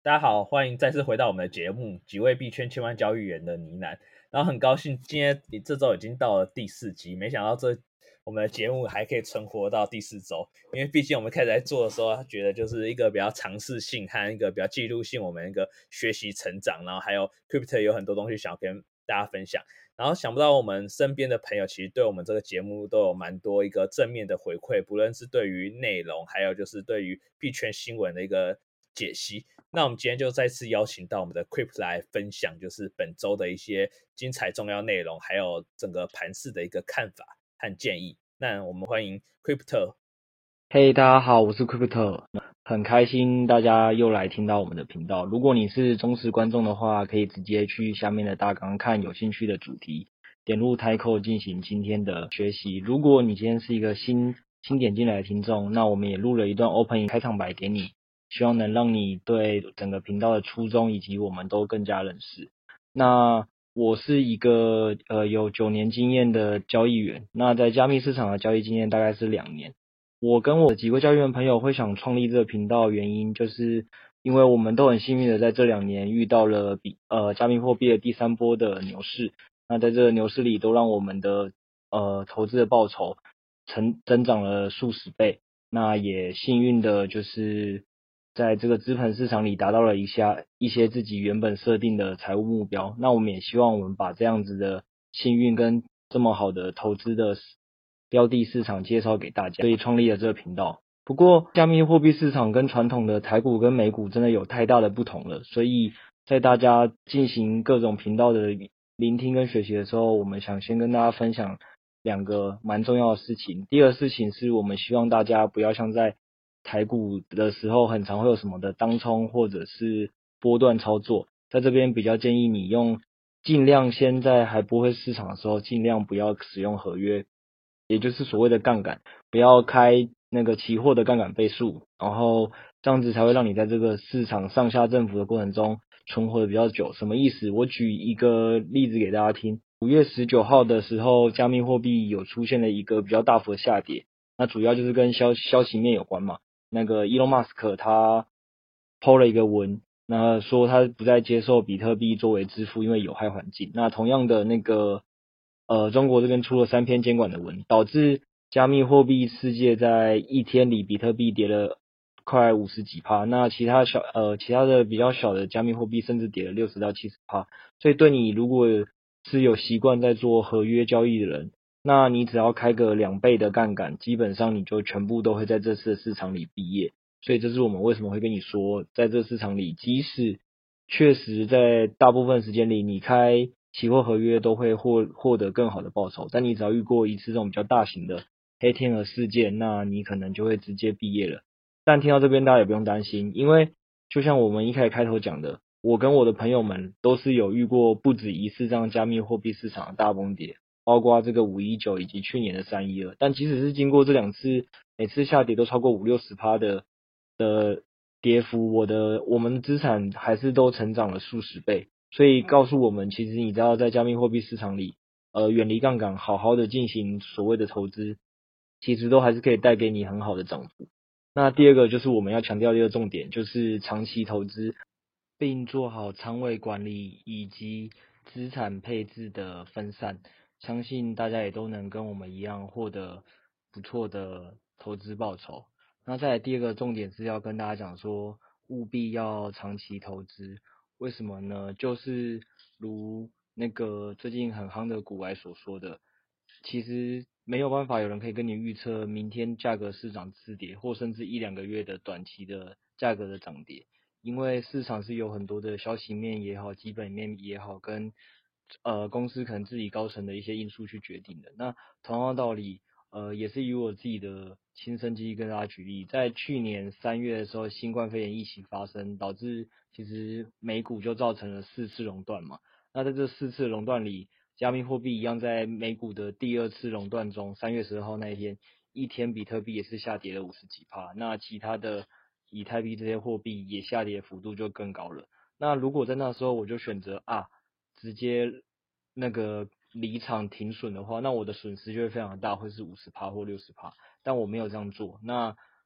大家好，欢迎再次回到我们的节目，几位币圈千万交易员的呢喃。然后很高兴今天这周已经到了第4集，没想到我们的节目还可以存活到第4周，因为毕竟我们开始在做的时候，觉得就是一个比较尝试性和一个比较记录性，我们一个学习成长，然后还有 Crypto 有很多东西想要跟大家分享。然后想不到我们身边的朋友其实对我们这个节目都有蛮多一个正面的回馈，不论是对于内容，还有就是对于币圈新闻的一个解析。那我们今天就再次邀请到我们的 Crypt 来分享，就是本周的一些精彩重要内容，还有整个盘势的一个看法和建议。那我们欢迎 Crypt。 嘿，大家好，我是 Crypto，很开心大家又来听到我们的频道。如果你是忠实观众的话，可以直接去下面的大纲看有兴趣的主题，点入 Title 进行今天的学习。如果你今天是一个新点进来的听众，那我们也录了一段 Opening 开场白给你，希望能让你对整个频道的初衷以及我们都更加认识。那我是一个有9年经验的交易员，那在加密市场的交易经验大概是2年。我跟我的几位交易员朋友会想创立这个频道，原因就是因为我们都很幸运的在这2年遇到了加密货币的第3波的牛市。那在这个牛市里，都让我们的投资的报酬增长了数十倍。那也幸运的就是在这个资本市场里达到了一些自己原本设定的财务目标。那我们也希望我们把这样子的幸运跟这么好的投资的标的市场介绍给大家，所以创立了这个频道。不过加密货币市场跟传统的台股跟美股真的有太大的不同了，所以在大家进行各种频道的聆听跟学习的时候，我们想先跟大家分享2个蛮重要的事情。第二个事情是我们希望大家不要像在台股的时候很常会有什么的当冲或者是波段操作，在这边比较建议你尽量先在还不会市场的时候，尽量不要使用合约，也就是所谓的杠杆，不要开那个期货的杠杆倍数，然后这样子才会让你在这个市场上下振幅的过程中存活的比较久。什么意思？我举一个例子给大家听。5月19号的时候，加密货币有出现了一个比较大幅的下跌，那主要就是跟消息面有关嘛。那个 Elon Musk 他 po 了一个文，那说他不再接受比特币作为支付，因为有害环境。那同样的中国这边出了3篇监管的文，导致加密货币世界在一天里比特币跌了快50几%，那其他的比较小的加密货币甚至跌了60到70%。所以对你如果是有习惯在做合约交易的人，那你只要开个2倍的杠杆，基本上你就全部都会在这次的市场里毕业。所以这是我们为什么会跟你说，在这市场里，即使确实在大部分时间里，你开期货合约都会获得更好的报酬，但你只要遇过一次这种比较大型的黑天鹅事件，那你可能就会直接毕业了。但听到这边大家也不用担心，因为就像我们一开头讲的，我跟我的朋友们都是有遇过不止一次这样加密货币市场的大崩跌，包括这个519以及去年的312。但即使是经过这2次，每次下跌都超过50-60%的跌幅，我们的资产还是都成长了数十倍。所以告诉我们，其实你知道在加密货币市场里，远离杠杆，好好的进行所谓的投资，其实都还是可以带给你很好的涨幅。那第二个就是我们要强调的一个重点，就是长期投资，并做好仓位管理以及资产配置的分散。相信大家也都能跟我们一样获得不错的投资报酬。那再来第二个重点是要跟大家讲说，务必要长期投资。为什么呢？就是如那个最近很夯的股癌所说的，其实没有办法有人可以跟你预测明天价格市场次跌，或甚至1-2个月的短期的价格的涨跌，因为市场是有很多的消息面也好，基本面也好，跟公司可能自己高层的一些因素去决定的。那同样的道理，也是以我自己的亲身经历跟大家举例，在去年3月的时候，新冠肺炎疫情发生，导致其实美股就造成了4次熔断嘛。那在这4次熔断里，加密货币一样在美股的第2次熔断中，3月12号那一天，一天比特币也是下跌了50几%，那其他的以太币这些货币也下跌幅度就更高了。那如果在那时候我就选择直接那个离场停损的话，那我的损失就会非常大，会是50%或60%，但我没有这样做。那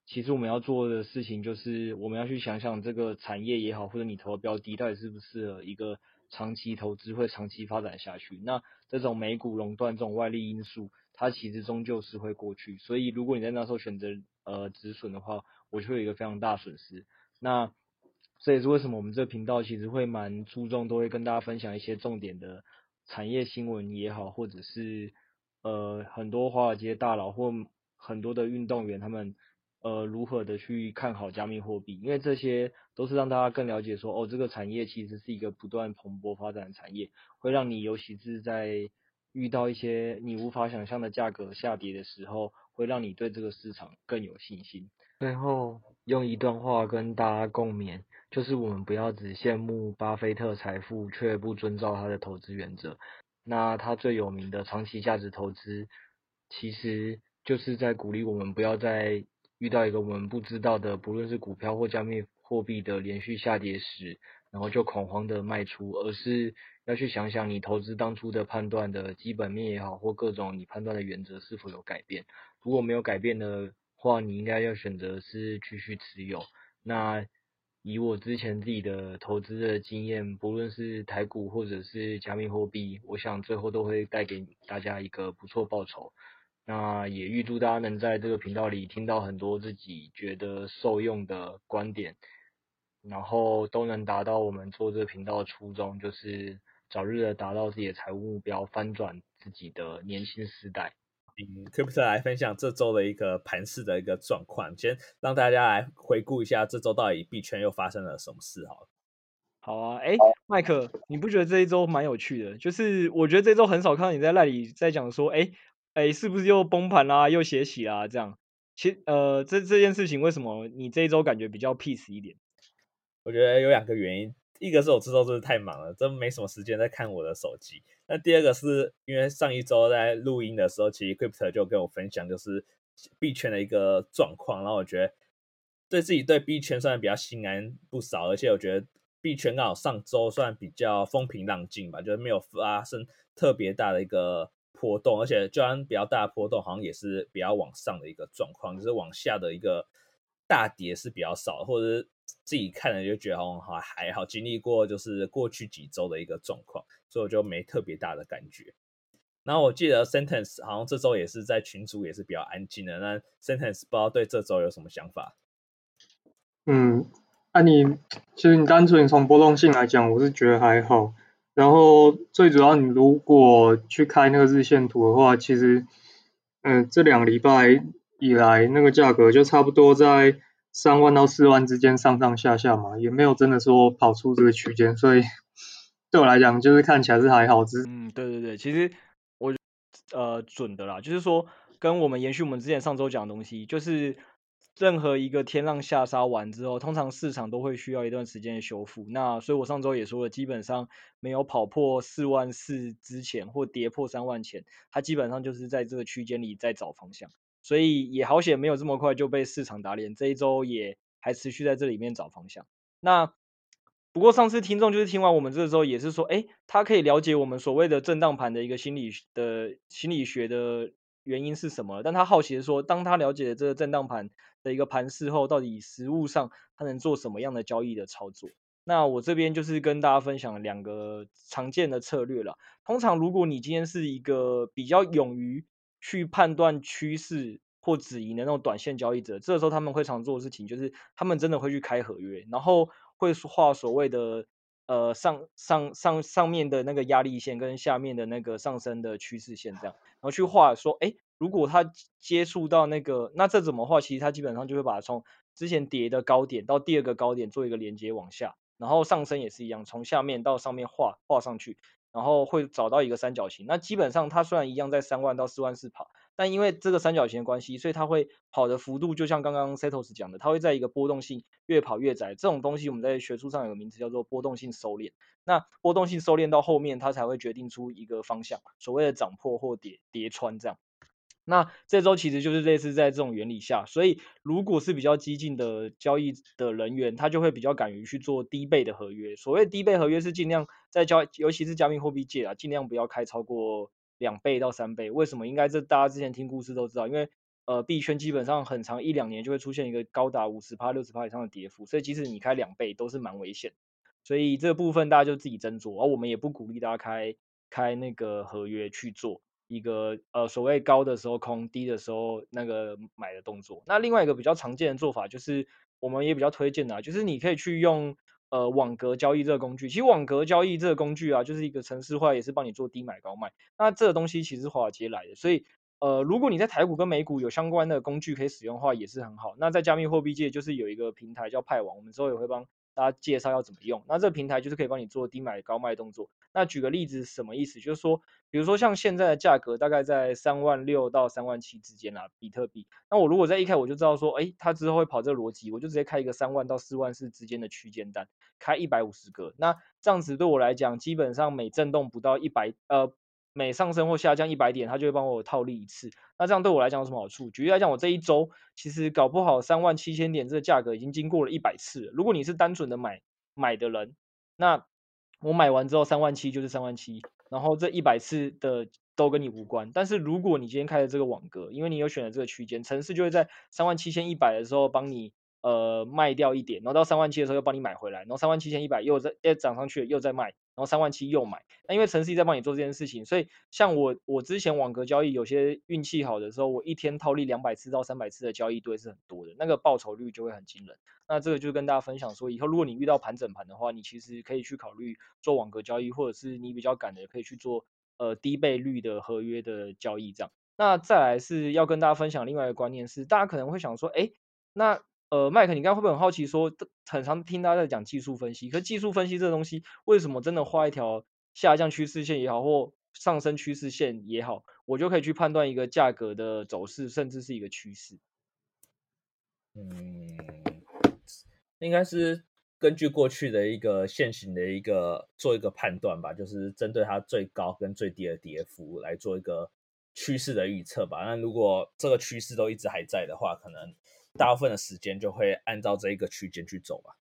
其实我们要做的事情就是我们要去想想这个产业也好，或者你投的标的到底适不适合一个长期投资会长期发展下去。那这种美股垄断这种外力因素，它其实终究是会过去。所以如果你在那时候选择止损的话，我就会有一个非常大的损失。那这也是为什么我们这个频道其实会蛮注重，都会跟大家分享一些重点的产业新闻也好，或者是很多华尔街大佬或很多的运动员他们如何的去看好加密货币，因为这些都是让大家更了解说，哦，这个产业其实是一个不断蓬勃发展的产业，会让你尤其是在遇到一些你无法想象的价格下跌的时候，会让你对这个市场更有信心。最后用一段话跟大家共勉，就是我们不要只羡慕巴菲特财富，却不遵照他的投资原则。那他最有名的长期价值投资，其实就是在鼓励我们不要再遇到一个我们不知道的，不论是股票或加密货币的连续下跌时，然后就恐慌的卖出，而是要去想想你投资当初的判断的基本面也好，或各种你判断的原则是否有改变。如果没有改变的话，你应该要选择是继续持有。那以我之前自己的投资的经验，不论是台股或者是加密货币，我想最后都会带给大家一个不错报酬。那也预祝大家能在这个频道里听到很多自己觉得受用的观点，然后都能达到我们做这个频道的初衷，就是早日的达到自己的财务目标，翻转自己的年轻时代。 Crypto 来分享这周的一个盘势的一个状况，先让大家来回顾一下这周到底币圈又发生了什么事好了。 好啊，麦克，你不觉得这一周蛮有趣的？就是我觉得这周很少看到你在那里在讲说，是不是又崩盘啦，又血洗啦这样。这件事情为什么你这一周感觉比较 peace 一点？ 我觉得有两个原因，一个是我这周真的太忙了，真没什么时间在看我的手机。那第二个是因为上一周在录音的时候，其实 Crypto 就跟我分享就是币圈的一个状况，然后我觉得对自己对币圈算比较心安不少，而且我觉得币圈刚好上周算比较风平浪静吧，就是没有发生特别大的一个波动，而且就算比较大的波动，好像也是比较往上的一个状况，就是往下的一个大跌是比较少的，或者是自己看了就觉得好像还好，经历过就是过去几周的一个状况，所以我就没特别大的感觉。然后我记得 Sentence 好像这周也是在群组也是比较安静的，那 Sentence 不知道对这周有什么想法？ 嗯，其实你单纯从波动性来讲，我是觉得还好。然后最主要，你如果去开那个日线图的话，其实，这2个礼拜以来那个价格就差不多在3万到4万之间上上下下嘛，也没有真的说跑出这个区间，所以对我来讲就是看起来是还好。 对，其实我准的啦，就是说跟我们延续我们之前上周讲的东西，就是任何一个天浪下杀完之后，通常市场都会需要一段时间的修复。那所以我上周也说了，基本上没有跑破4万4之前或跌破3万前，它基本上就是在这个区间里在找方向。所以也好险没有这么快就被市场打脸，这一周也还持续在这里面找方向。那不过上次听众就是听完我们这个时候也是说，他可以了解我们所谓的震荡盘的一个心理学的原因是什么，但他好奇的说，当他了解了这个震荡盘的一个盘势后，到底实物上他能做什么样的交易的操作？那我这边就是跟大家分享2个常见的策略了。通常如果你今天是一个比较勇于去判断趋势或止盈的那种短线交易者，这个时候他们会常做的事情就是他们真的会去开合约，然后会画所谓的上面的那个压力线跟下面的那个上升的趋势线这样，然后去画说，如果它接触到那个，那这怎么画？其实它基本上就会把从之前跌的高点到第2个高点做一个连接往下，然后上升也是一样，从下面到上面画上去，然后会找到一个三角形。那基本上它虽然一样在3万到4万4跑，但因为这个三角形的关系，所以它会跑的幅度就像刚刚 Setos 讲的，它会在一个波动性越跑越窄。这种东西我们在学术上有个名词叫做波动性收敛。那波动性收敛到后面，它才会决定出一个方向，所谓的涨破或跌穿这样。那这周其实就是类似在这种原理下，所以如果是比较激进的交易的人员，他就会比较敢于去做低倍的合约。所谓低倍合约是尽量在尤其是加密货币界啊，尽量不要开超过2倍到3倍。为什么？应该这大家之前听故事都知道，因为币圈基本上很长1-2年就会出现一个高达50%、60%以上的跌幅，所以即使你开2倍都是蛮危险。所以这个部分大家就自己斟酌，而我们也不鼓励大家开那个合约去做一个所谓高的时候空，低的时候那个买的动作。那另外一个比较常见的做法就是我们也比较推荐的就是你可以去用网格交易这个工具。其实网格交易这个工具啊，就是一个程式化，也是帮你做低买高卖。那这个东西其实是华尔街来的，所以如果你在台股跟美股有相关的工具可以使用的话，也是很好。那在加密货币界就是有一个平台叫派网，我们之后也会帮大家介绍要怎么用。那这个平台就是可以帮你做低买高卖动作。那举个例子，什么意思？就是说，比如说像现在的价格大概在36000到37000之间啦，比特币。那我如果在一开始我就知道说，它之后会跑这个逻辑，我就直接开一个30000到44000之间的区间单，开150个。那这样子对我来讲，基本上每震动不到每上升或下降100点，它就会帮我套利一次。那这样对我来讲有什么好处？举例来讲，我这一周其实搞不好37000点这个价格已经经过了100次了。如果你是单纯的买的人，那我买完之后37000就是37000，然后这100次的都跟你无关。但是如果你今天开的这个网格，因为你有选了这个区间，程式就会在37100的时候帮你卖掉一点，然后到37000的时候又帮你买回来，然后37100又涨上去了又再卖，然后37000又买。那因为程式在帮你做这件事情，所以像我之前网格交易有些运气好的时候，我一天套利200次到300次的交易对是很多的，那个报酬率就会很惊人。那这个就跟大家分享说，以后如果你遇到盘整盘的话，你其实可以去考虑做网格交易，或者是你比较赶的可以去做低倍率的合约的交易这样。那再来是要跟大家分享另外一个观念是，大家可能会想说，那麦克，你刚刚会不会很好奇说，很常听大家在讲技术分析，可是技术分析这个东西，为什么真的画一条下降趋势线也好，或上升趋势线也好，我就可以去判断一个价格的走势，甚至是一个趋势？ 嗯，应该是根据过去的一个现行的做一个判断吧，就是针对它最高跟最低的跌幅来做一个趋势的预测吧。那如果这个趋势都一直还在的话，可能大部分的时间就会按照这一个区间去走吧。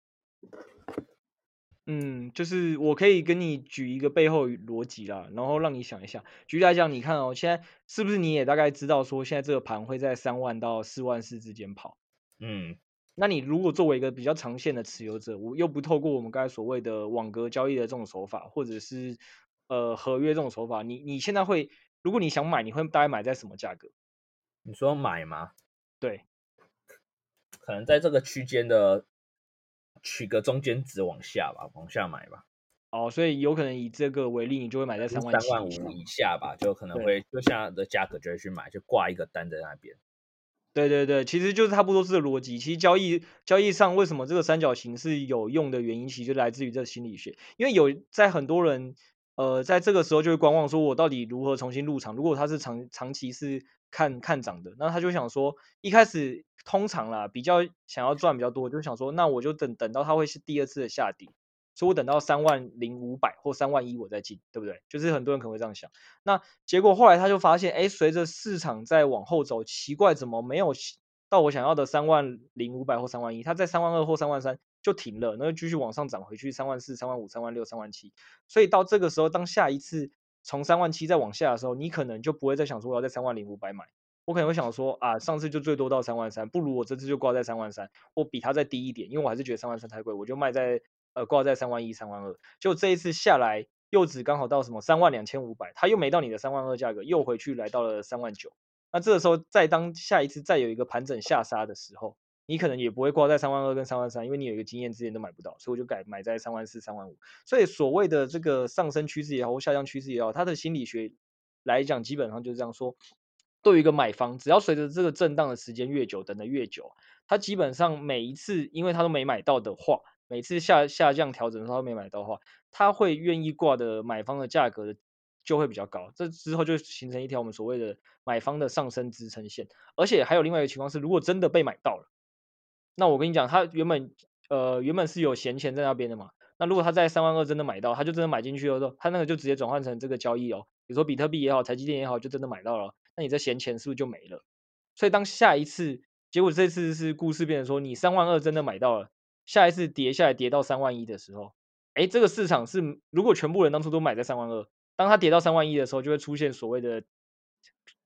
就是我可以跟你举一个背后逻辑啦，然后让你想一下。举例来讲，你看哦，现在是不是你也大概知道说，现在这个盘会在30000到44000之间跑？ 嗯， 那你如果作为一个比较长线的持有者，我又不透过我们刚才所谓的网格交易的这种手法，或者是合约这种手法，你现在会，如果你想买，你会大概买在什么价格？ 你说买吗？ 对， 可能在这个区间的取个中间值往下吧，往下买吧。 所以有可能以这个为例，你就会买在37000以下。 35000以下吧，就可能会就现在的价格就会去买，就挂一个单在那边。 对对对，其实就是差不多是这个逻辑。其实交易上为什么这个三角形是有用的原因，其实就来自于这心理学。因为在很多人在这个时候就会观望，说我到底如何重新入场。如果他是长期是看涨的，那他就想说，一开始通常啦比较想要赚比较多，就想说，那我就等到它会是第二次的下跌，所以我等到30500或31000我再进，对不对？就是很多人可能会这样想。那结果后来他就发现，随着市场在往后走，奇怪，怎么没有到我想要的30500或31000？它在32000或33000就停了，然后继续往上涨回去34000、35000、36000、37000。所以到这个时候，当下一次从37000再往下的时候，你可能就不会再想说我要在30500买，我可能会想说啊，上次就最多到33000，不如我这次就挂在33000，或比它再低一点，因为我还是觉得33000太贵，我就挂在31000、32000。就这一次下来，又只刚好到什么32500，它又没到你的32000价格，又回去来到了39000。那这个时候，当下一次再有一个盘整下杀的时候，你可能也不会挂在32000跟33000，因为你有一个经验之前都买不到，所以我就改买在34000、35000。所以所谓的这个上升趋势也好，或下降趋势也好，它的心理学来讲，基本上就是这样说。对于一个买方，只要随着这个震荡的时间越久，等的越久，他基本上每一次，因为他都没买到的话，每次下降调整的时候他都没买到的话，他会愿意挂的买方的价格就会比较高，这之后就形成一条我们所谓的买方的上升支撑线。而且还有另外一个情况是，如果真的被买到了，那我跟你讲，他原本是有闲钱在那边的嘛，那如果他在32000真的买到，他就真的买进去了之后，他那个就直接转换成这个交易哦，比如说比特币也好，台积电也好，就真的买到了，那你这闲钱是不是就没了？所以当下一次，结果这次是故事变成说，你32000真的买到了，下一次跌下来跌到31000的时候，这个市场如果全部人当初都买在32000，当它跌到31000的时候，就会出现所谓的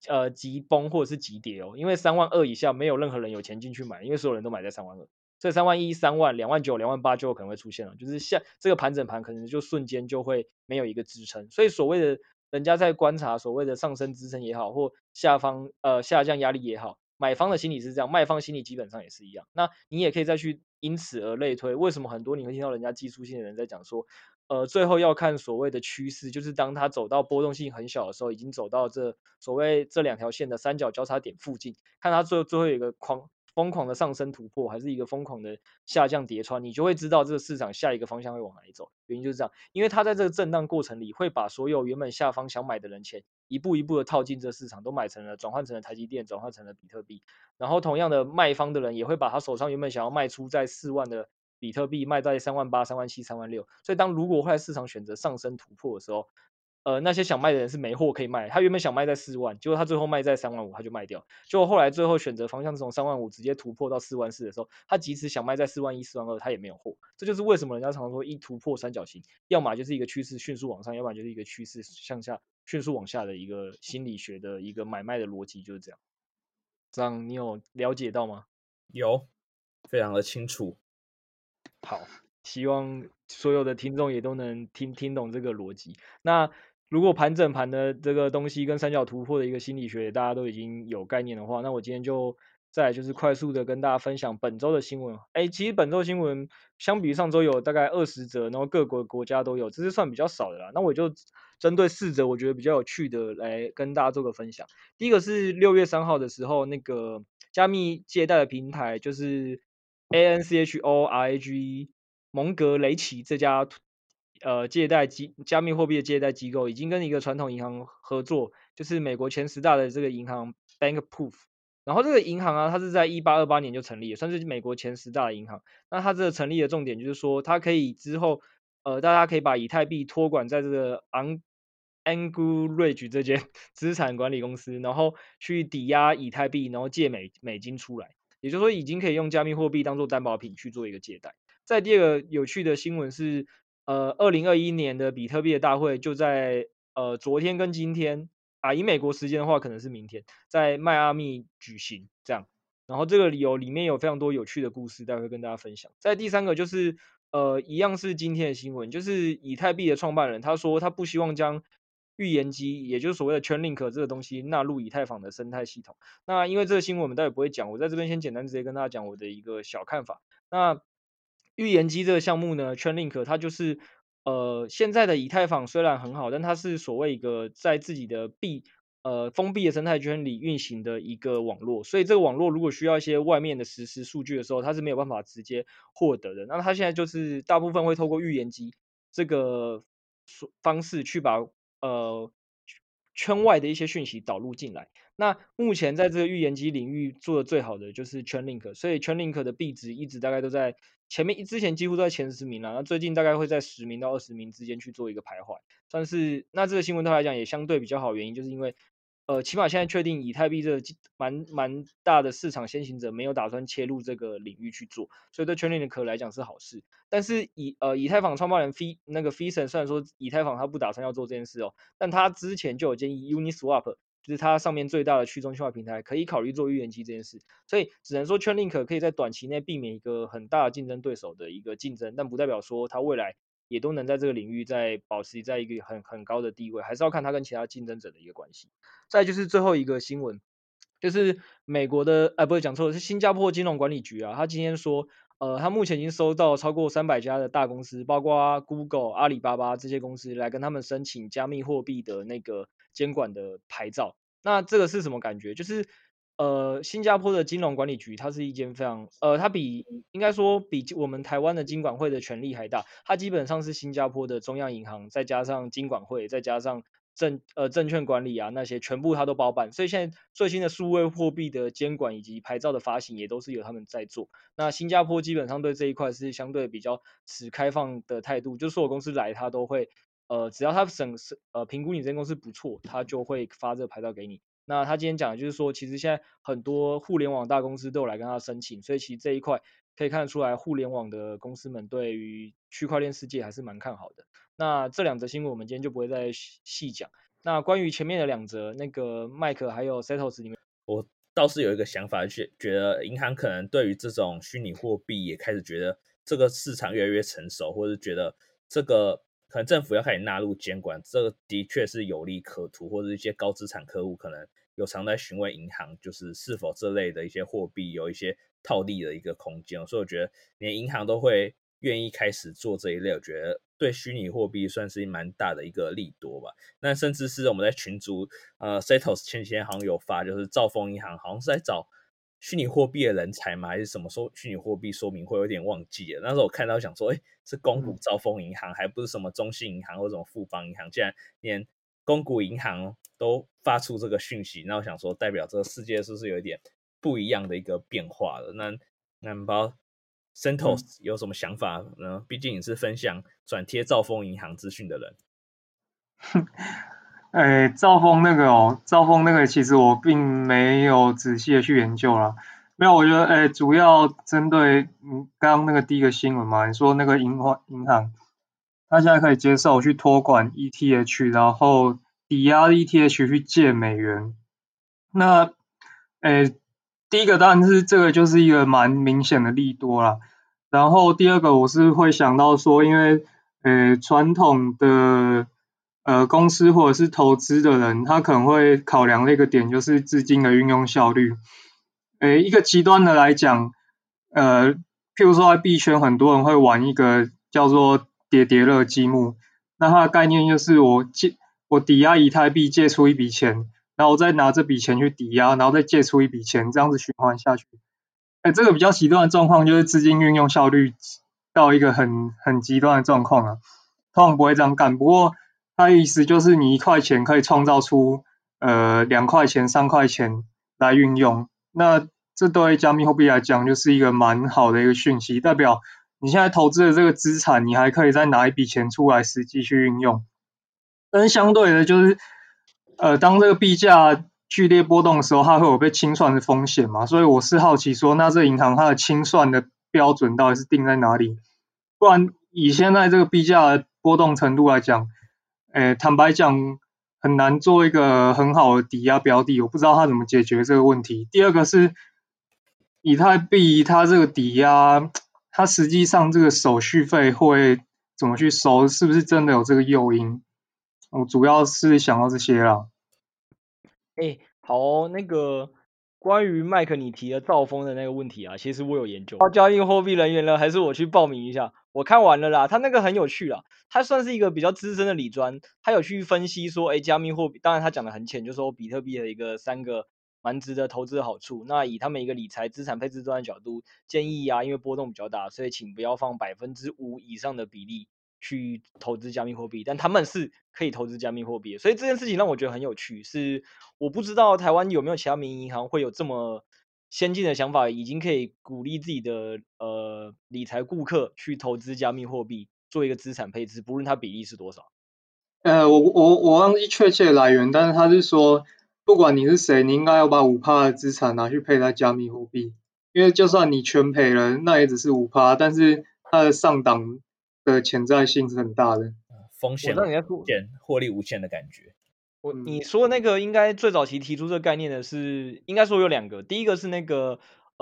急崩或者是急跌哦，因为32000以下没有任何人有钱进去买，因为所有人都买在32000，所以31000、30000、29000、28000就有可能会出现了，就是这个盘整盘可能就瞬间就会没有一个支撑，所以所谓的人家在观察所谓的上升支撑也好，或下降压力也好，买方的心理是这样，卖方心理基本上也是一样。那你也可以再去因此而类推，为什么很多你会听到人家技术性的人在讲说，最后要看所谓的趋势，就是当它走到波动性很小的时候，已经走到所谓这2条线的三角交叉点附近，看它最后有一个疯狂的上升突破，还是一个疯狂的下降叠穿，你就会知道这个市场下一个方向会往哪里走。原因就是这样，因为它在这个震荡过程里，会把所有原本下方想买的人钱一步一步的套进这市场，都买成了转换成了台积电，转换成了比特币。然后同样的，卖方的人也会把他手上原本想要卖出在40000的比特币卖在38000、37000、36000。所以如果后来市场选择上升突破的时候，那些想卖的人是没货可以卖，他原本想卖在40000，结果他最后卖在35000，他就卖掉。结果后来最后选择方向是从35000直接突破到44000的时候，他即使想卖在41000、42000，他也没有货。这就是为什么人家常说一突破三角形，要么就是一个趋势迅速往上，要么就是一个趋势向下迅速往下的一个心理学的一个买卖的逻辑就是这样。这样你有了解到吗？ 有，非常的清楚。 好，希望所有的听众也都能听懂这个逻辑。那如果盘整盘的这个东西跟三角突破的一个心理学，大家都已经有概念的话，那我今天就再来就是快速的跟大家分享本周的新闻。其实本周新闻相比于上周有大概20则，然后各国家都有，这是算比较少的啦。那我就针对4则我觉得比较有趣的来跟大家做个分享。第一个是6月3号的时候，那个加密借贷的平台就是 ANCHORAGE 蒙格雷奇这家加密货币的借贷机构已经跟一个传统银行合作，就是美国前10大的这个银行 Bankproof。然后这个银行啊，它是在1828年就成立了，算是美国前10大的银行。那它这个成立的重点就是说，它可以之后大家可以把以太币托管在这个Anchorage 这间资产管理公司，然后去抵押以太币，然后借美金出来。也就是说，已经可以用加密货币当做担保品去做一个借贷。再第二个有趣的新闻是，2021年的比特币的大会就在昨天跟今天啊，以美国时间的话可能是明天，在迈阿密举行这样。然后这个里面有非常多有趣的故事，待会跟大家分享。再第三个就是一样是今天的新闻，就是以太币的创办人他说他不希望将预言机，也就是所谓的 Chainlink 这个东西纳入以太坊的生态系统。那因为这个新闻我们待会不会讲，我在这边先简单直接跟大家讲我的一个小看法。那预言机这个项目呢 ，Chainlink 它就是现在的以太坊虽然很好，但它是所谓一个在自己的封闭的生态圈里运行的一个网络，所以这个网络如果需要一些外面的实时数据的时候，它是没有办法直接获得的。那它现在就是大部分会透过预言机这个方式去把圈外的一些讯息导入进来。那目前在这个预言机领域做的最好的就是 Chainlink，所以 Chainlink 的币值一直大概都在之前几乎都在前10名了，那最近大概会在10名到20名之间去做一个徘徊，算是那这个新闻对他来讲也相对比较好，原因就是因为起码现在确定以太币这个蛮大的市场先行者没有打算切入这个领域去做，所以对 Chainlink 来讲是好事。但是以太坊创办人Fison 虽然说以太坊他不打算要做这件事哦，但他之前就有建议 Uniswap， 就是它上面最大的去中心化平台，可以考虑做预言机这件事。所以只能说 Chainlink 可以在短期内避免一个很大的竞争对手的一个竞争，但不代表说它未来也都能在这个领域保持在一个很高的地位，还是要看它跟其他竞争者的一个关系。再就是最后一个新闻，就是美国的不是讲错了，是新加坡金融管理局啊，他今天说，他目前已经收到超过300家的大公司，包括 Google、阿里巴巴这些公司来跟他们申请加密货币的那个监管的牌照。那这个是什么感觉？就是新加坡的金融管理局，它是一间非常它应该说比我们台湾的金管会的权力还大，它基本上是新加坡的中央银行，再加上金管会，再加上证券管理啊那些全部它都包办，所以现在最新的数位货币的监管以及牌照的发行也都是由他们在做。那新加坡基本上对这一块是相对比较持开放的态度，就是所有公司来它都会只要他评估你这间公司不错，他就会发这个牌照给你。那他今天讲的就是说，其实现在很多互联网大公司都有来跟他申请，所以其实这一块可以看得出来，互联网的公司们对于区块链世界还是蛮看好的。那这2则新闻我们今天就不会再细讲。 那关于前面的两则，那个麦克还有 Settles 里面， 我倒是有一个想法，觉得银行可能对于这种虚拟货币也开始觉得这个市场越来越成熟，或者觉得这个可能政府要开始纳入监管，这个的确是有利可图，或者一些高资产客户可能有常在询问银行，就是是否这类的一些货币有一些套利的一个空间，所以我觉得连银行都会愿意开始做这一类，我觉得对虚拟货币算是蛮大的一个利多吧。那甚至是我们在群组Setos 前几天好像有发，就是兆丰银行好像是在找虚拟货币的人才吗？还是什么虚拟货币说明会，有点忘记了。那时候我看到想说，是公股兆丰银行，还不是什么中信银行或什么富邦银行，竟然连公股银行都发出这个讯息，那我想说，代表这个世界是不是有一点不一样的一个变化了？那不知道 Sentos 有什么想法呢？毕竟你是分享转贴兆丰银行资讯的人。 兆丰那个兆丰那个其实我并没有仔细的去研究啦。没有，我觉得主要针对刚刚那个第一个新闻嘛，你说那个银行，它现在可以接受去托管 ETH， 然后抵押 ETH 去借美元。那第一个当然是这个就是一个蛮明显的利多啦。然后第二个我是会想到说，因为传统的公司或者是投资的人，他可能会考量的一个点就是资金的运用效率。一个极端的来讲，譬如说在币圈很多人会玩一个叫做叠叠乐积木，那它的概念就是我抵押以太币借出一笔钱，然后我再拿这笔钱去抵押，然后再借出一笔钱，这样子循环下去。这个比较极端的状况就是资金运用效率到一个很极端的状况啊，通常不会这样干。不过它的意思就是你1块钱可以创造出2块钱、3块钱来运用，那这对加密货币来讲就是一个蛮好的一个讯息，代表你现在投资的这个资产，你还可以再拿一笔钱出来实际去运用。但是相对的就是当这个币价剧烈波动的时候，它会有被清算的风险嘛，所以我是好奇说，那这银行它的清算的标准到底是定在哪里？不然以现在这个币价的波动程度来讲，坦白讲很难做一个很好的抵押标的，我不知道它怎么解决这个问题。第二个是以太币它这个抵押，它实际上这个手续费会怎么去收，是不是真的有这个诱因？我主要是想到这些啦。 好哦，那个关于麦克你提的兆丰的那个问题啊，其实我有研究。加密货币人员呢，还是我去报名一下？我看完了啦，他那个很有趣啦，他算是一个比较资深的理专，他有去分析说，加密货币，当然他讲的很浅，就说比特币的一个3个蛮值得投资的好处。那以他们一个理财资产配置端的角度，建议啊，因为波动比较大，所以请不要放5%以上的比例去投资加密货币，但他们是可以投资加密货币的，所以这件事情让我觉得很有趣。是我不知道台湾有没有其他民营银行会有这么先进的想法，已经可以鼓励自己的理财顾客去投资加密货币，做一个资产配置，不论它比例是多少。 我忘记确切的来源，但是他是说，不管你是谁，你应该要把5%的资产拿去配在加密货币，因为就算你全赔了，那也只是5%，但是它的上档的潜在性是很大的。 风险无限，获利无限的感觉。 你说那个应该最早期提出这个概念的是，应该说有2个，第一个是那个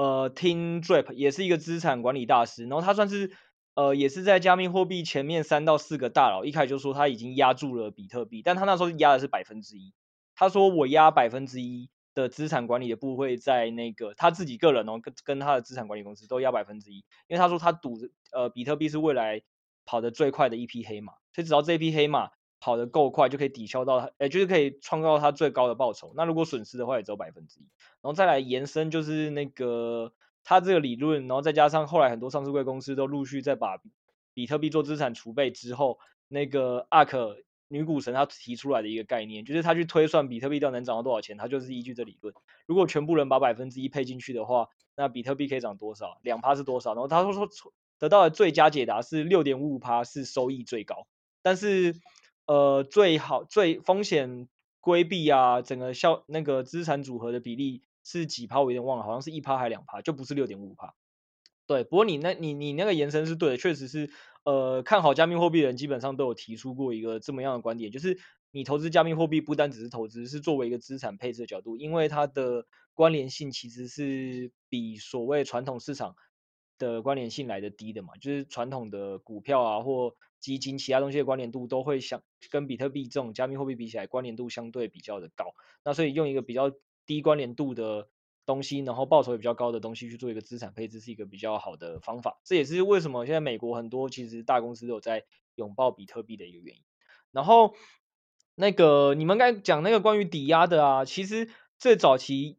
Tim Drape， 也是一个资产管理大师，然后他算是也是在加密货币前面3到4个大佬，一开始就说他已经压住了比特币，但他那时候压的是1%，他说我压1%的资产管理的部会在那个他自己个人跟他的资产管理公司都压1%，因为他说他赌比特币是未来跑得最快的一匹黑马，所以只要这匹黑马跑得够快，就可以抵消到它，就是可以创造它最高的报酬。那如果损失的话，也只有1%。然后再来延伸，就是那个他这个理论，然后再加上后来很多上市柜公司都陆续在把比特币做资产储备之后，那个 ARK 女股神他提出来的一个概念，就是他去推算比特币到底能涨到多少钱，他就是依据这理论。如果全部人把1%配进去的话，那比特币可以涨多少？2%是多少？然后他说得到的最佳解答是6.55%是收益最高，但是最风险规避啊，整个那个资产组合的比例是几趴，我有点忘了，好像是1%还2%，就不是6.55%。对，不过你那个延伸是对的，确实是看好加密货币的人基本上都有提出过一个这么样的观点，就是你投资加密货币不单只是投资，是作为一个资产配置的角度，因为它的关联性其实是比所谓传统市场的关联性来的低的嘛，就是传统的股票啊或基金其他东西的关联度都会跟比特币这种加密货币比起来，关联度相对比较的高。那所以用一个比较低关联度的东西，然后报酬也比较高的东西去做一个资产配置，是一个比较好的方法。这也是为什么现在美国很多其实大公司都有在拥抱比特币的一个原因。然后那个你们刚才讲那个关于抵押的啊，其实最早期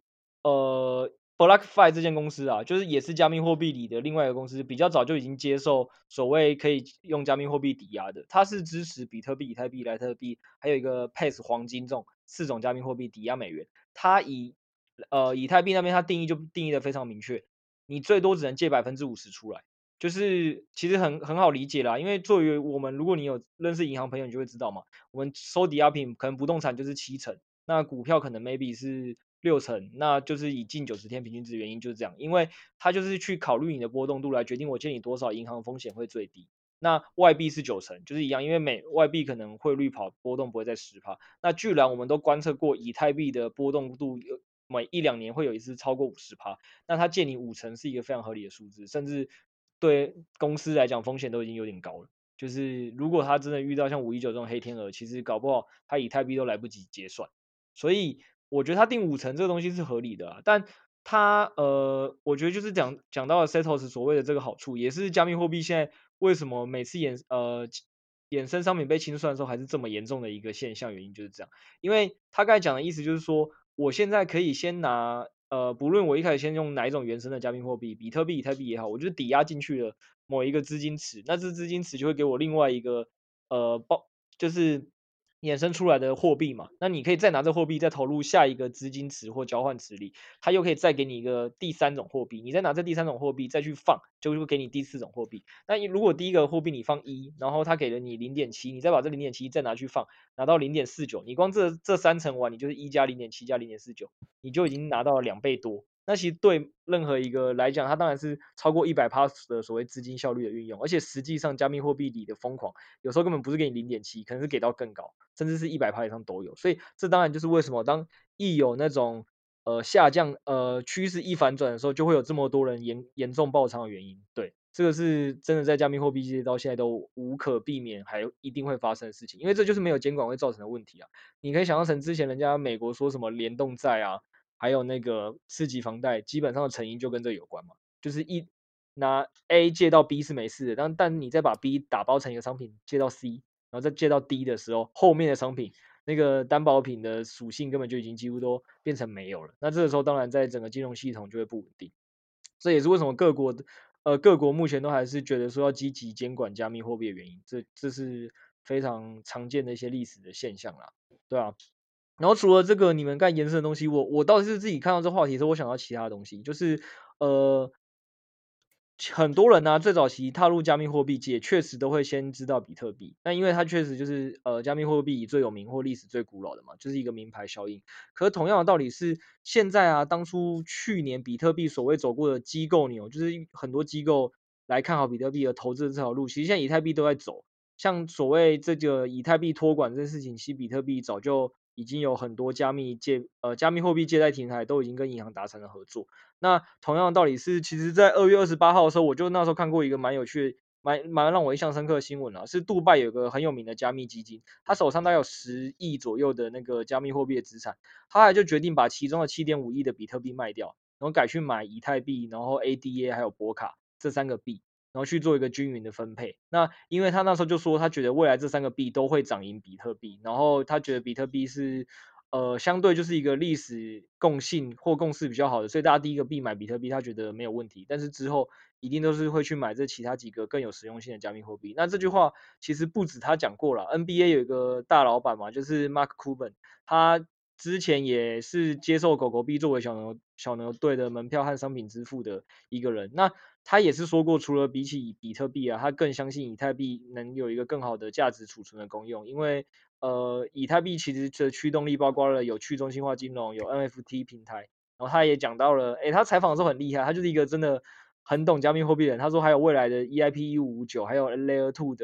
BlockFi 这间公司啊，就是也是加密货币里的另外一个公司，比较早就已经接受所谓可以用加密货币抵押的，它是支持比特币、以太币、莱特币，还有一个 PAS 黄金这种4种加密货币抵押美元。它以太币那边它定义的非常明确，你最多只能借50%出来。就是其实很好理解啦，因为作为我们，如果你有认识银行朋友，你就会知道嘛，我们收抵押品可能不动产就是7成，那股票可能 maybe 是6成，那就是以近90天平均值原因就是这样，因为它就是去考虑你的波动度来决定我借你多少，银行风险会最低。那外币是9成，就是一样，因为外币可能汇率波动不会在10%。那居然我们都观测过以太币的波动度每1-2年会有一次超过50%，那他借你5成是一个非常合理的数字，甚至对公司来讲风险都已经有点高了。就是如果他真的遇到像519这种黑天鹅，其实搞不好他以太币都来不及结算。所以我觉得他定5成这个东西是合理的啊，但他我觉得就是讲到了 Setos 所谓的这个好处，也是加密货币现在为什么每次衍生商品被清算的时候还是这么严重的一个现象，原因就是这样。因为他刚才讲的意思就是说，我现在可以先拿不论我一开始先用哪一种原生的加密货币，比特币、以太币也好，我就是抵押进去了某一个资金池，那这资金池就会给我另外一个就是衍生出来的货币嘛，那你可以再拿这货币再投入下一个资金池或交换池里，它又可以再给你一个第三种货币，你再拿这第三种货币再去放，就会给你第4种货币。那如果第一个货币你放1，然后它给了你0.7，你再把这0.7再拿去放，拿到0.49，你光这3层完，你就是1加0.7加0.49，你就已经拿到了2倍多。那其实对任何一个来讲，它当然是超过100%的所谓资金效率的运用，而且实际上加密货币里的疯狂，有时候根本不是给你0.7，可能是给到更高，甚至是100%以上都有。所以这当然就是为什么当一有那种下降趋势一反转的时候，就会有这么多人严重爆仓的原因。对，这个是真的在加密货币界到现在都无可避免，还一定会发生的事情，因为这就是没有监管会造成的问题啊。你可以想象成之前人家美国说什么联动债啊，还有那个次级房贷，基本上的成因就跟这有关嘛，就是拿 A 借到 B 是没事的，但你再把 B 打包成一个商品借到 C，然后再借到 D 的时候，后面的商品那个担保品的属性根本就已经几乎都变成没有了。那这个时候当然在整个金融系统就会不稳定，这也是为什么各国目前都还是觉得说要积极监管加密货币的原因，这是非常常见的一些历史的现象啦，对啊。然后除了这个你们刚才延伸的东西，我倒是自己看到这话题的时候，我想到其他东西，就是呃，很多人呢、最早期踏入加密货币界，确实都会先知道比特币。那因为它确实就是加密货币最有名或历史最古老的嘛，就是一个名牌效应。可是同样的道理是，现在啊，当初去年比特币所谓走过的机构牛，就是很多机构来看好比特币而投资的这条路，其实现在以太币都在走。像所谓这个以太币托管这件事情，其实比特币早就已经有很多加密货币借贷平台都已经跟银行达成了合作。那同样的道理是，其实在2月28号的时候，我就那时候看过一个蛮有趣的、蛮让我印象深刻的新闻啊，是杜拜有个很有名的加密基金，他手上大概有10亿左右的那个加密货币的资产，他还就决定把其中的7.5亿的比特币卖掉，然后改去买以太币，然后 ADA 还有波卡这3个币。然后去做一个均匀的分配。那因为他那时候就说，他觉得未来这3个币都会涨赢比特币，然后他觉得比特币是相对就是一个历史共性或共识比较好的，所以大家第一个币买比特币，他觉得没有问题。但是之后一定都是会去买这其他几个更有实用性的加密货币。那这句话其实不止他讲过了 ，NBA 有一个大老板嘛，就是 Mark Cuban，他之前也是接受狗狗币作为小牛队的门票和商品支付的一个人。那他也是说过，除了比起比特币啊，他更相信以太币能有一个更好的价值储存的功用，因为以太币其实的驱动力包括了有去中心化金融，有 NFT 平台，然后他也讲到了，他采访的时候很厉害，他就是一个真的很懂加密货币的人。他说还有未来的 EIP 1559，还有 Layer 2的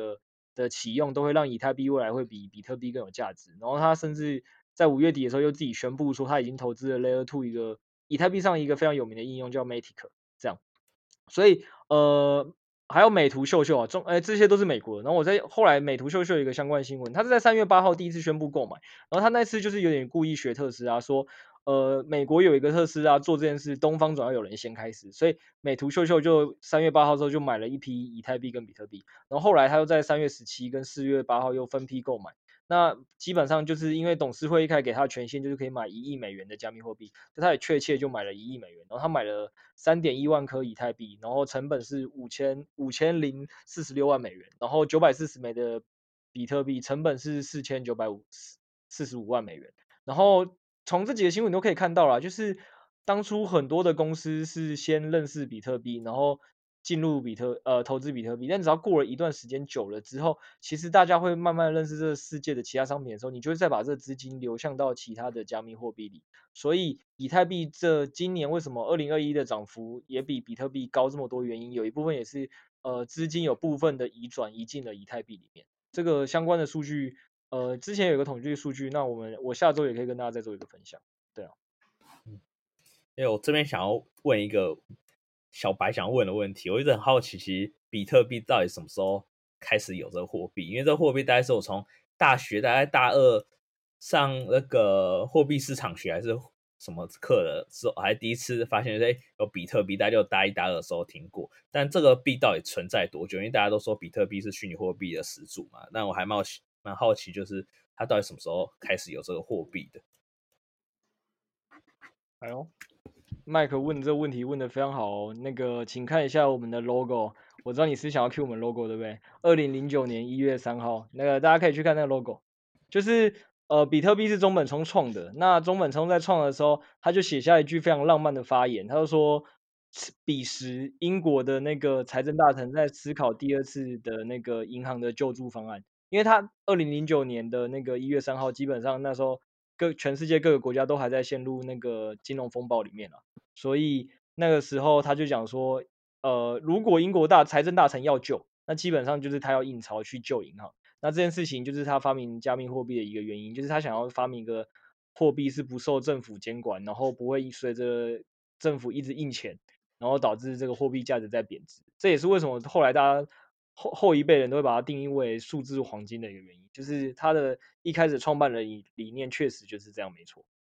的启用，都会让以太币未来会比比特币更有价值。然后他甚至在5月底的时候又自己宣布说，他已经投资了 Layer 2一个以太币上一个非常有名的应用叫 Matic， 这样。所以还有美图秀秀啊，这些都是美国的。然后我在后来美图秀秀有一个相关新闻，他是在3月8号第一次宣布购买，然后他那次就是有点故意学特斯拉说，美国有一个特斯拉做这件事，东方总要有人先开始，所以美图秀秀就3月8号之后就买了一批以太币跟比特币，然后后来他又在3月17跟4月8号又分批购买。那基本上就是因为董事会一开始给他的权限就是可以买1亿美元的加密货币，所以他也确切就买了1亿美元，然后他买了3.1万颗以太币，然后成本是5046万美元，然后940枚的比特币成本是4945万美元，然后从这几个新闻都可以看到啦，就是当初很多的公司是先认识比特币，然后进入投资比特币，但只要过了一段时间久了之后，其实大家会慢慢认识这个世界的其他商品的时候，你就会再把这个资金流向到其他的加密货币里。所以以太币今年为什么2021的涨幅也比比特币高这么多原因，有一部分也是资金有部分的移进了以太币里面。这个相关的数据之前有一个统计数据，那我下周也可以跟大家再做一个分享。对啊， 因为我这边想要问一个小白想问的问题，我一直很好奇，其实比特币到底什么时候开始有这个货币？因为这个货币大概是我从大学大概大2上那个货币市场学还是什么课的时候，还第一次发现有比特币，大家就大1大2的时候听过，但这个币到底存在多久？因为大家都说比特币是虚拟货币的始祖嘛，那我还蛮好奇，就是它到底什么时候开始有这个货币的？ 哎呦，麦克问这个问题问得非常好哦。那个，请看一下我们的 logo。我知道你是想要 cue 我们 logo 对不对？2009年1月3号，那个大家可以去看那个 logo。就是比特币是中本聪创的。那中本聪在创的时候，他就写下一句非常浪漫的发言，他就说，彼时英国的那个财政大臣在思考第2次的那个银行的救助方案，因为他2009年的那个1月3号，基本上那时候全世界各个国家都还在陷入那个金融风暴里面了，所以那个时候他就讲说，如果英国财政大臣要救，那基本上就是他要印钞去救银行。那这件事情就是他发明加密货币的一个原因，就是他想要发明一个货币是不受政府监管，然后不会随着政府一直印钱，然后导致这个货币价值在贬值。这也是为什么后来大家后一辈人都会把它定义为数字黄金的一个原因，就是他的一开始创办人理念确实就是这样，没错。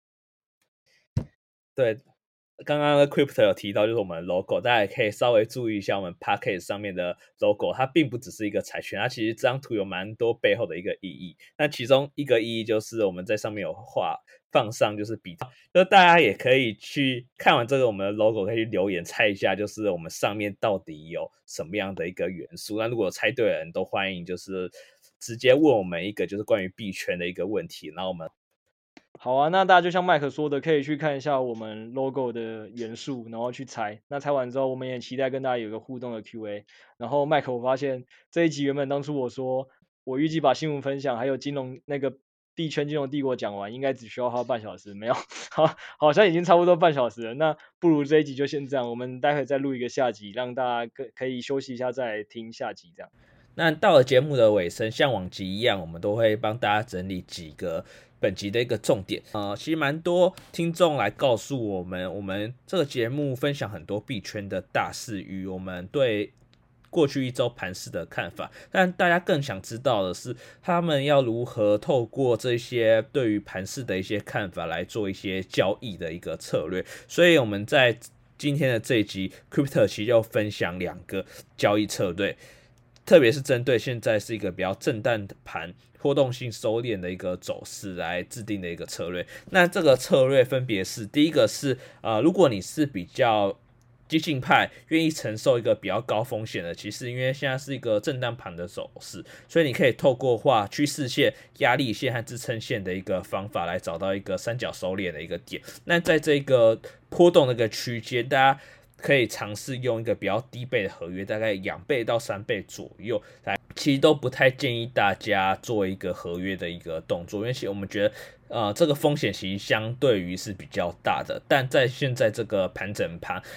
对，刚刚的 Crypto 有提到就是我们的 logo， 大家也可以稍微注意一下我们 Podcast 上面的 logo， 它并不只是一个彩圈，它其实这张图有蛮多背后的一个意义。那其中一个意义就是我们在上面有放上就是就大家也可以去看完这个我们的 logo， 可以去留言猜一下，就是我们上面到底有什么样的一个元素。那如果猜对的人都欢迎就是直接问我们一个就是关于币圈的一个问题，然后我们好啊，那大家就像麦克说的，可以去看一下我们 logo 的元素，然后去猜。那猜完之后，我们也期待跟大家有一个互动的 Q&A。然后麦克，我发现这一集原本当初我说我预计把新闻分享还有金融那个币圈金融帝国讲完，应该只需要花半小时，没有，好像已经差不多半小时了。那不如这一集就先这样，我们待会再录一个下集，让大家可以休息一下再听下集这样。 那到了节目的尾声，像往集一样，我们都会帮大家整理几个本集的一个重点。其实蛮多听众来告诉我们这个节目分享很多币圈的大事与我们对过去一周盘势的看法，但大家更想知道的是，他们要如何透过这些对于盘势的一些看法来做一些交易的一个策略。所以我们在今天的这一集 Crypto 其实就分享2个交易策略，特别是针对现在是一个比较震荡盘波动性收敛的一个走势来制定的一个策略。那这个策略分别是，第一个是如果你是比较激进派，愿意承受一个比较高风险的，其实因为现在是一个震荡盘的走势，所以你可以透过画趋势线、压力线和支撑线的一个方法来找到一个三角收敛的一个点。那在这个波动的一个区间，大家可以尝试用一个比较低倍的合约，大概2倍到3倍左右来，其实都不太建议大家做一个合约的一个动作，因为其实我们觉得这个风险其实相对于是比较大的，但在现在这个盘整盘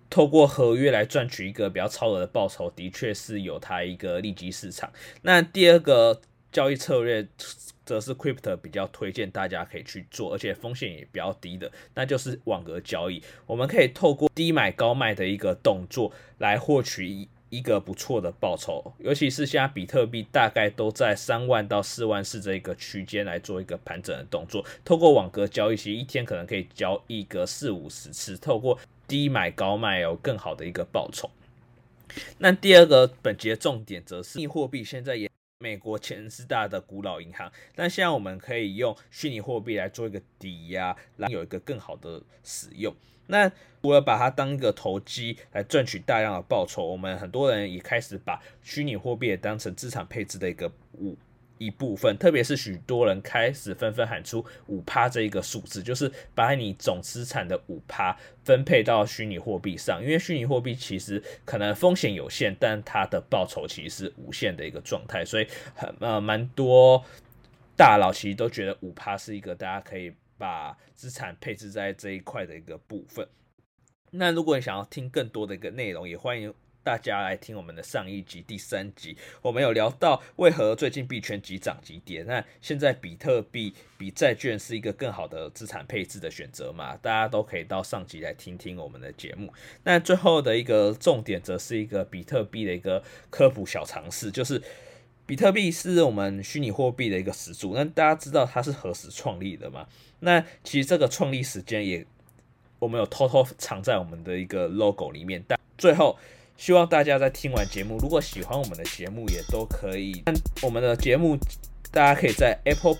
透过合约来赚取一个比较超额的报酬，的确是有它一个利基市场。那第二个交易策略则是 Crypto 比较推荐大家可以去做，而且风险也比较低的，那就是网格交易。我们可以透过低买高卖的一个动作来获取一个不错的报酬，尤其是现在比特币大概都在3万到4万4这个区间来做一个盘整的动作。透过网格交易，其实一天可能可以交易个40-50次，透过低买高卖有更好的一个报酬。那第二个本节重点则是虚拟货币，现在也美国前4大的古老银行，但现在我们可以用虚拟货币来做一个抵押，来有一个更好的使用。那除了把它当一个投机来赚取大量的报酬，我们很多人也开始把虚拟货币也当成资产配置的一部分，特别是许多人开始纷纷喊出 5% 这一个数字，就是把你总资产的 5% 分配到虚拟货币上，因为虚拟货币其实可能风险有限，但它的报酬其实是无限的一个状态，所以蛮多大佬其实都觉得 5% 是一个大家可以把资产配置在这一块的一个部分。那如果你想要听更多的一个内容，也欢迎大家来听我们的上一集第3集，我们有聊到为何最近币圈急涨急跌，那现在比特币比债券是一个更好的资产配置的选择嘛，大家都可以到上集来听听我们的节目。那最后的一个重点则是一个比特币的一个科普小常识，就是比特币是我们虚拟货币的一个始祖，那大家知道它是何时创立的吗？那其实这个创立时间我们有偷偷藏在我们的一个 logo 里面。但最后希望大家在听完节目，如果喜欢我们的节目，也都可以看我们的节目，大家可以在 Apple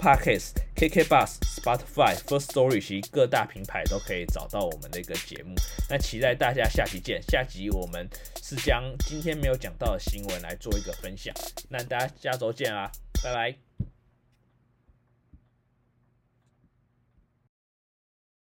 Podcast、KKBOX、Spotify、Firstory 及各大平台都可以找到我们的一个节目。那期待大家下期见，下集我们是将今天没有讲到的新闻来做一个分享。那大家下周见啦，拜拜。